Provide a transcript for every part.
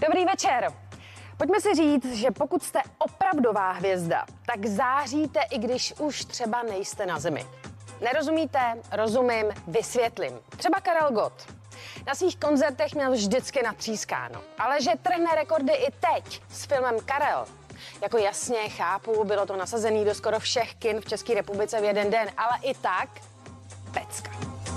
Dobrý večer. Pojďme si říct, že pokud jste opravdová hvězda, tak záříte, i když už třeba nejste na zemi. Nerozumíte? Rozumím, vysvětlím. Třeba Karel Gott. Na svých koncertech měl vždycky natřískáno, ale že trhne rekordy i teď s filmem Karel. Jako jasně, chápu, bylo to nasazený do skoro všech kin v České republice v jeden den, ale i tak pecka.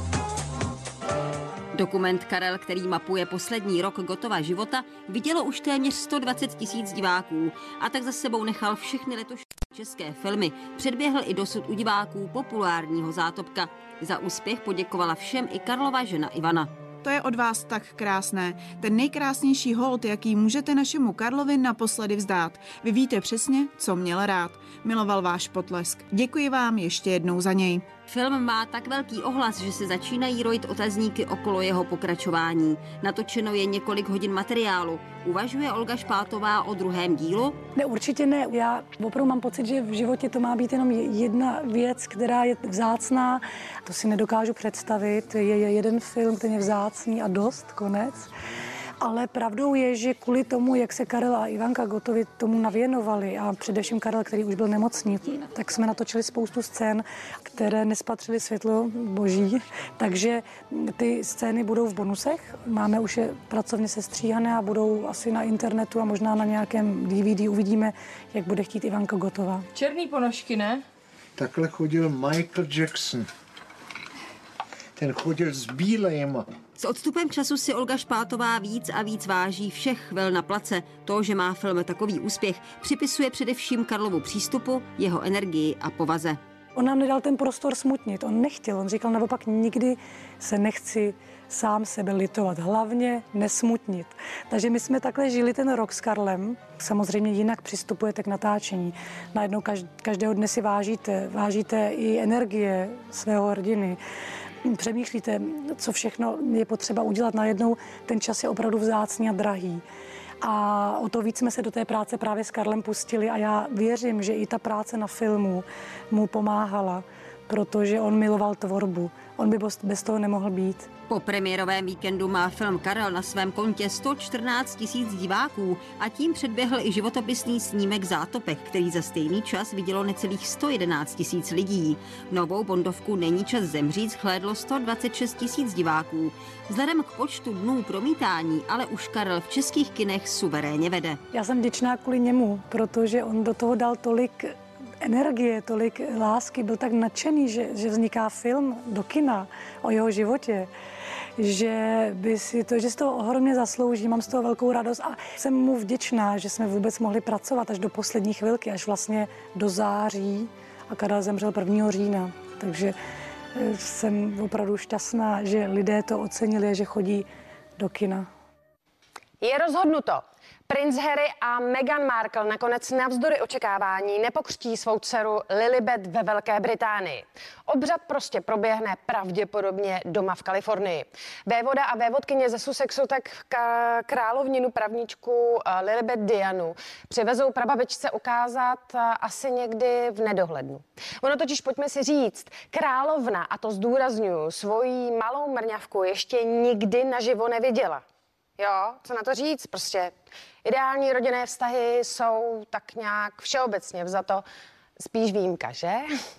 Dokument Karel, který mapuje poslední rok Gottova života, vidělo už téměř 120 000 diváků a tak za sebou nechal všechny letošní české filmy. Předběhl i dosud u diváků populárního Zátopka. Za úspěch poděkovala všem i Karlova žena Ivana. To je od vás tak krásné. Ten nejkrásnější hold, jaký můžete našemu Karlovi naposledy vzdát. Vy víte přesně, co měl rád. Miloval váš potlesk. Děkuji vám ještě jednou za něj. Film má tak velký ohlas, že se začínají rojit otazníky okolo jeho pokračování. Natočeno je několik hodin materiálu. Uvažuje Olga Špátová o druhém dílu? Ne, určitě ne. Já opravdu mám pocit, že v životě to má být jenom jedna věc, která je vzácná. To si nedokážu představit. Je jeden film, který je vzácný a dost, konec. Ale pravdou je, že kvůli tomu, jak se Karel a Ivanka Gottovi tomu navěnovali, a především Karel, který už byl nemocný, tak jsme natočili spoustu scén, které nespatřily světlo boží. Takže ty scény budou v bonusech. Máme už je pracovně sestříhané a budou asi na internetu a možná na nějakém DVD. Uvidíme, jak bude chtít Ivanka Gottová. Černý ponožky, ne? Takhle chodil Michael Jackson. Ten chodil s bílejma. S odstupem času si Olga Špátová víc a víc váží všech chvil na place. To, že má film takový úspěch, připisuje především Karlovu přístupu, jeho energii a povaze. On nám nedal ten prostor smutnit, on nechtěl, on říkal naopak, nikdy se nechci sám sebe litovat, hlavně nesmutnit. Takže my jsme takhle žili ten rok s Karlem, samozřejmě jinak přistupujete k natáčení. Najednou každého dne si vážíte i energie svého hrdiny. Přemýšlíte, co všechno je potřeba udělat. Najednou ten čas je opravdu vzácný a drahý. A o to víc jsme se do té práce právě s Karlem pustili a já věřím, že i ta práce na filmu mu pomáhala, protože on miloval tvorbu. On by bez toho nemohl být. Po premiérovém víkendu má film Karel na svém kontě 114 000 diváků a tím předběhl i životopisný snímek Zátopek, který za stejný čas vidělo necelých 111 000 lidí. Novou bondovku Není čas zemřít shlédlo 126 000 diváků. Vzhledem k počtu dnů promítání ale už Karel v českých kinech suverénně vede. Já jsem vděčná kvůli němu, protože on do toho dal tolik energie, tolik lásky, byl tak nadšený, že vzniká film do kina o jeho životě, že z toho ohromně zaslouží, mám z toho velkou radost a jsem mu vděčná, že jsme vůbec mohli pracovat až do poslední chvilky, až vlastně do září a Karel zemřel 1. října. Takže jsem opravdu šťastná, že lidé to ocenili a že chodí do kina. Je rozhodnuto. Princ Harry a Meghan Markle nakonec navzdory očekávání nepokřtí svou dceru Lilibet ve Velké Británii. Obřad prostě proběhne pravděpodobně doma v Kalifornii. Vévoda a vévodkyně ze Sussexu tak královninu pravníčku Lilibet Dianu přivezou prababičce ukázat asi někdy v nedohlednu. Ono totiž, pojďme si říct, královna, a to zdůrazňuju, svoji malou mrňavku ještě nikdy naživo neviděla. Jo, co na to říct? Prostě ideální rodinné vztahy jsou tak nějak všeobecně vzato spíš výjimka, že?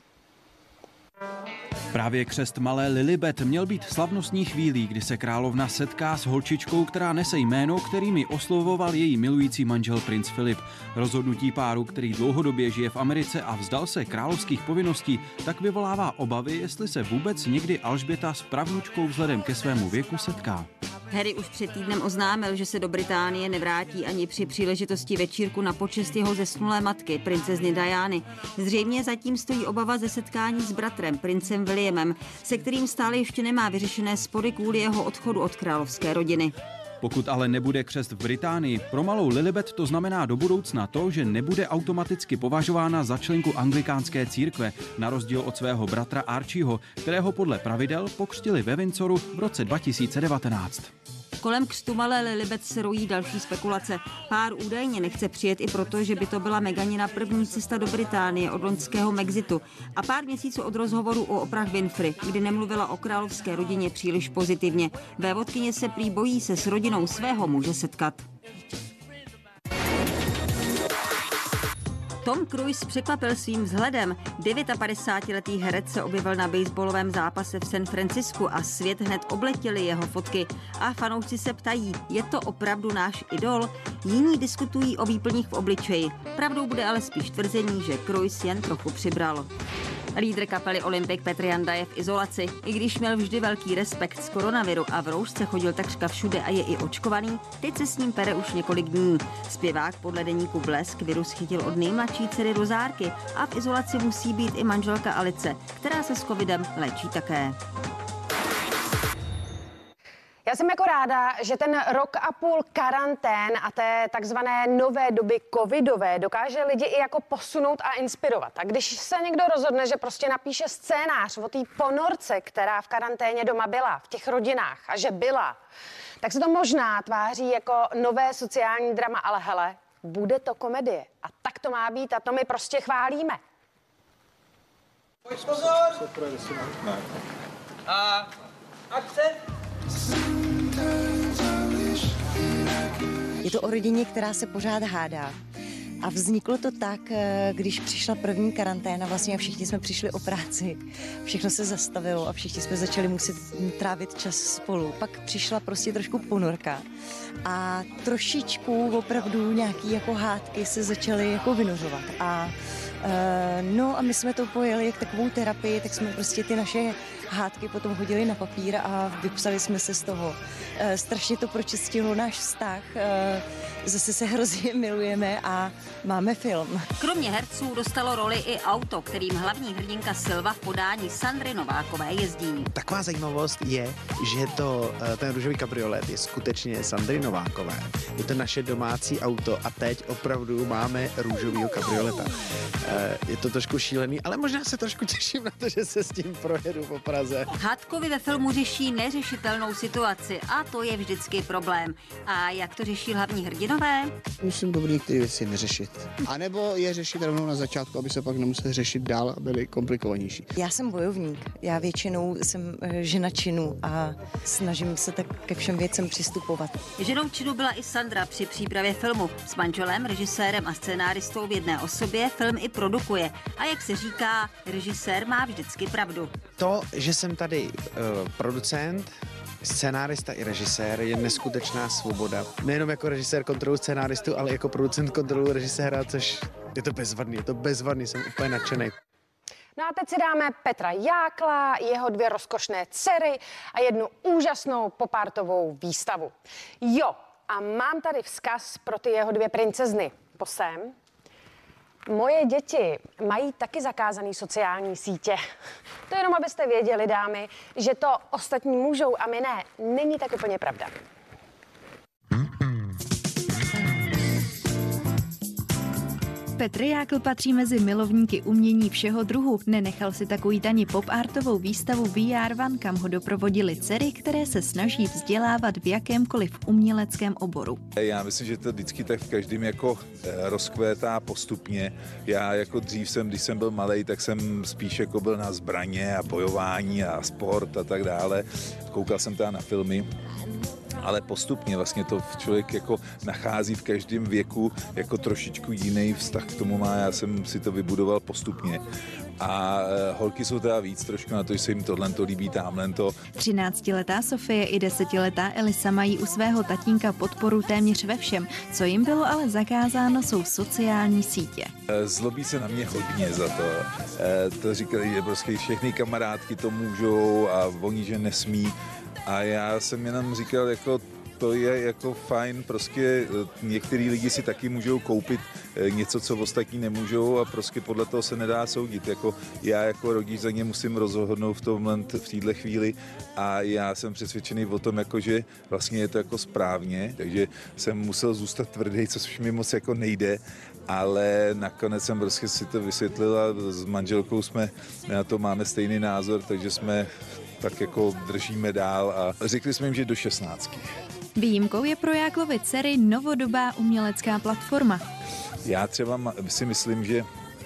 Právě křest malé Lilibet měl být slavnostní chvílí, kdy se královna setká s holčičkou, která nese jméno, kterými oslovoval její milující manžel princ Filip. Rozhodnutí páru, který dlouhodobě žije v Americe a vzdal se královských povinností, tak vyvolává obavy, jestli se vůbec někdy Alžběta s pravnučkou vzhledem ke svému věku setká. Harry už před týdnem oznámil, že se do Británie nevrátí ani při příležitosti večírku na počest jeho zesnulé matky, princezny Diany. Zřejmě zatím stojí obava ze setkání s bratrem, princem Williamem, se kterým stále ještě nemá vyřešené spory kvůli jeho odchodu od královské rodiny. Pokud ale nebude křest v Británii, pro malou Lilibet to znamená do budoucna to, že nebude automaticky považována za členku anglikánské církve, na rozdíl od svého bratra Archieho, kterého podle pravidel pokřtili ve Windsoru v roce 2019. Kolem křtu malé Lilibet se rojí další spekulace. Pár údajně nechce přijet i proto, že by to byla Meghanina první cesta do Británie od loňského Mexitu a pár měsíců od rozhovoru o Oprah Winfrey, kdy nemluvila o královské rodině příliš pozitivně. Vévodkyně se prý bojí se s rodinou svého muže setkat. Tom Cruise překvapil svým vzhledem. 59letý herec se objevil na baseballovém zápase v San Francisku a svět hned obletěli jeho fotky. A fanoušci se ptají, je to opravdu náš idol? Jiní diskutují o výplních v obličeji. Pravdou bude ale spíš tvrzení, že Cruise jen trochu přibral. Lídr kapely Olympic Petr Janda je v izolaci. I když měl vždy velký respekt z koronaviru a v roušce chodil takřka všude a je i očkovaný, teď se s ním pere už několik dní. Zpěvák podle deníku Blesk virus chytil od nejmladší dcery Rozárky a v izolaci musí být i manželka Alice, která se s covidem léčí také. Já jsem jako ráda, že ten rok a půl karantén a té takzvané nové doby covidové dokáže lidi i jako posunout a inspirovat. A když se někdo rozhodne, že prostě napíše scénář o té ponorce, která v karanténě doma byla, v těch rodinách a že byla, tak se to možná tváří jako nové sociální drama, ale hele, bude to komedie. A tak to má být a to my prostě chválíme. Pozor! A akce! Je to o rodině, která se pořád hádá. A vzniklo to tak, když přišla první karanténa, vlastně všichni jsme přišli o práci, všechno se zastavilo a všichni jsme začali muset trávit čas spolu. Pak přišla prostě trošku ponorka a trošičku opravdu nějaký jako hádky se začaly jako vynořovat. No a my jsme to pojeli jak takovou terapii, tak jsme prostě ty naše hádky potom hodili na papír a vypsali jsme se z toho. Strašně to pročistilo náš vztah, zase se hrozně milujeme a máme film. Kromě herců dostalo roli i auto, kterým hlavní hrdinka Silva v podání Sandry Novákové jezdí. Taková zajímavost je, že ten růžový kabriolet je skutečně Sandry Novákové. Je to naše domácí auto a teď opravdu máme růžovýho kabrioleta. Je to trošku šílený, ale možná se trošku těším na to, že se s tím projedu po Praze. Hádkovi ve filmu řeší neřešitelnou situaci a to je vždycky problém. A jak to řeší hlavní hrdinové? Musím dobrý některé věci neřešit. A nebo je řešit rovnou na začátku, aby se pak nemuseli řešit dál a byly komplikovanější. Já jsem bojovník, já většinou jsem žena činu a snažím se tak ke všem věcem přistupovat. Ženou činu byla i Sandra při přípravě filmu. S manželem, režisérem a scénáristou v jedné osobě film i produkuje. A jak se říká, režisér má vždycky pravdu. To, že jsem tady producent, scénárista i režisér, je neskutečná svoboda. Nejenom jako režisér kontrolu scénáristu, ale jako producent kontrolu režiséra, což je to bezvadný, jsem úplně nadšený. No a teď si dáme Petra Jákla, jeho 2 rozkošné dcery a jednu úžasnou popártovou výstavu. Jo, a mám tady vzkaz pro ty jeho 2 princezny. Posem. Moje děti mají taky zakázané sociální sítě. To jenom, abyste věděli, dámy, že to ostatní můžou a my ne. Není tak úplně pravda. Petr Jákl patří mezi milovníky umění všeho druhu. Nenechal si takovou ani pop-artovou výstavu VR One, kam ho doprovodili dcery, které se snaží vzdělávat v jakémkoliv uměleckém oboru. Já myslím, že to vždycky tak v každém jako rozkvétá postupně. Já jako dřív když jsem byl malej, tak jsem spíš jako byl na zbraně a bojování a sport a tak dále. Koukal jsem teda na filmy. Ale postupně vlastně to člověk jako nachází v každém věku jako trošičku jiný vztah k tomu má. Já jsem si to vybudoval postupně. A holky jsou teda víc trošku na to, že se jim tohle líbí, támhlento. 13letá Sofie i 10letá Elisa mají u svého tatínka podporu téměř ve všem. Co jim bylo ale zakázáno, jsou sociální sítě. Zlobí se na mě hodně za to. To říkali, že prostě všechny kamarádky to můžou a oni, že nesmí. A já jsem jenom říkal, jako to je jako fajn, prostě některý lidi si taky můžou koupit něco, co ostatní nemůžou a prostě podle toho se nedá soudit. Jako já jako rodič za ně musím rozhodnout v této chvíli a já jsem přesvědčený o tom, jako, že vlastně je to jako správně, takže jsem musel zůstat tvrdý, což mi moc jako nejde. Ale nakonec jsem prostě si to vysvětlil a s manželkou jsme na to máme stejný názor, takže jsme tak jako držíme dál a řekli jsme jim, že do 16. Výjimkou je pro Jáklovy dcery novodobá umělecká platforma. Já třeba si myslím, že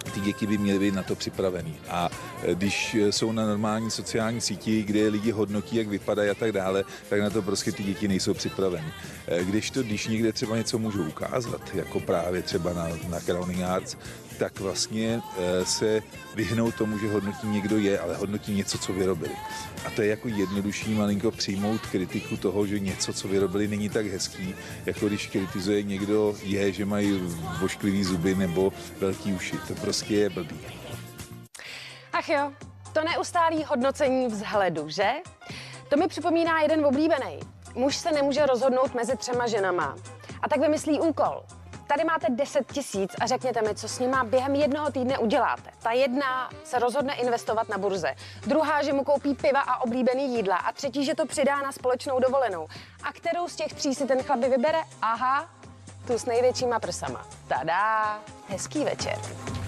ty děti by měly být na to připravený. A když jsou na normální sociální síti, kde lidi hodnotí, jak vypadají a tak dále, tak na to prostě ty děti nejsou připraveny. Když někde třeba něco můžou ukázat, jako právě třeba na Crowning Arts, tak vlastně se vyhnou tomu, že hodnotí někdo je, ale hodnotí něco, co vyrobili. A to je jako jednodušší malinko přijmout kritiku toho, že něco, co vyrobili, není tak hezký, jako když kritizuje někdo že mají vošklivý zuby nebo velký uši. To prostě je blbý. Ach jo, to neustálý hodnocení vzhledu, že? To mi připomíná jeden oblíbený. Muž se nemůže rozhodnout mezi 3 ženama. A tak vymyslí úkol. Tady máte 10 000 a řekněte mi, co s nima během 1 týdne uděláte. Ta jedna se rozhodne investovat na burze, druhá, že mu koupí piva a oblíbený jídla a třetí, že to přidá na společnou dovolenou. A kterou z těch 3 si ten chlap vybere? Aha, tu s největšíma prsama. Tada, hezký večer.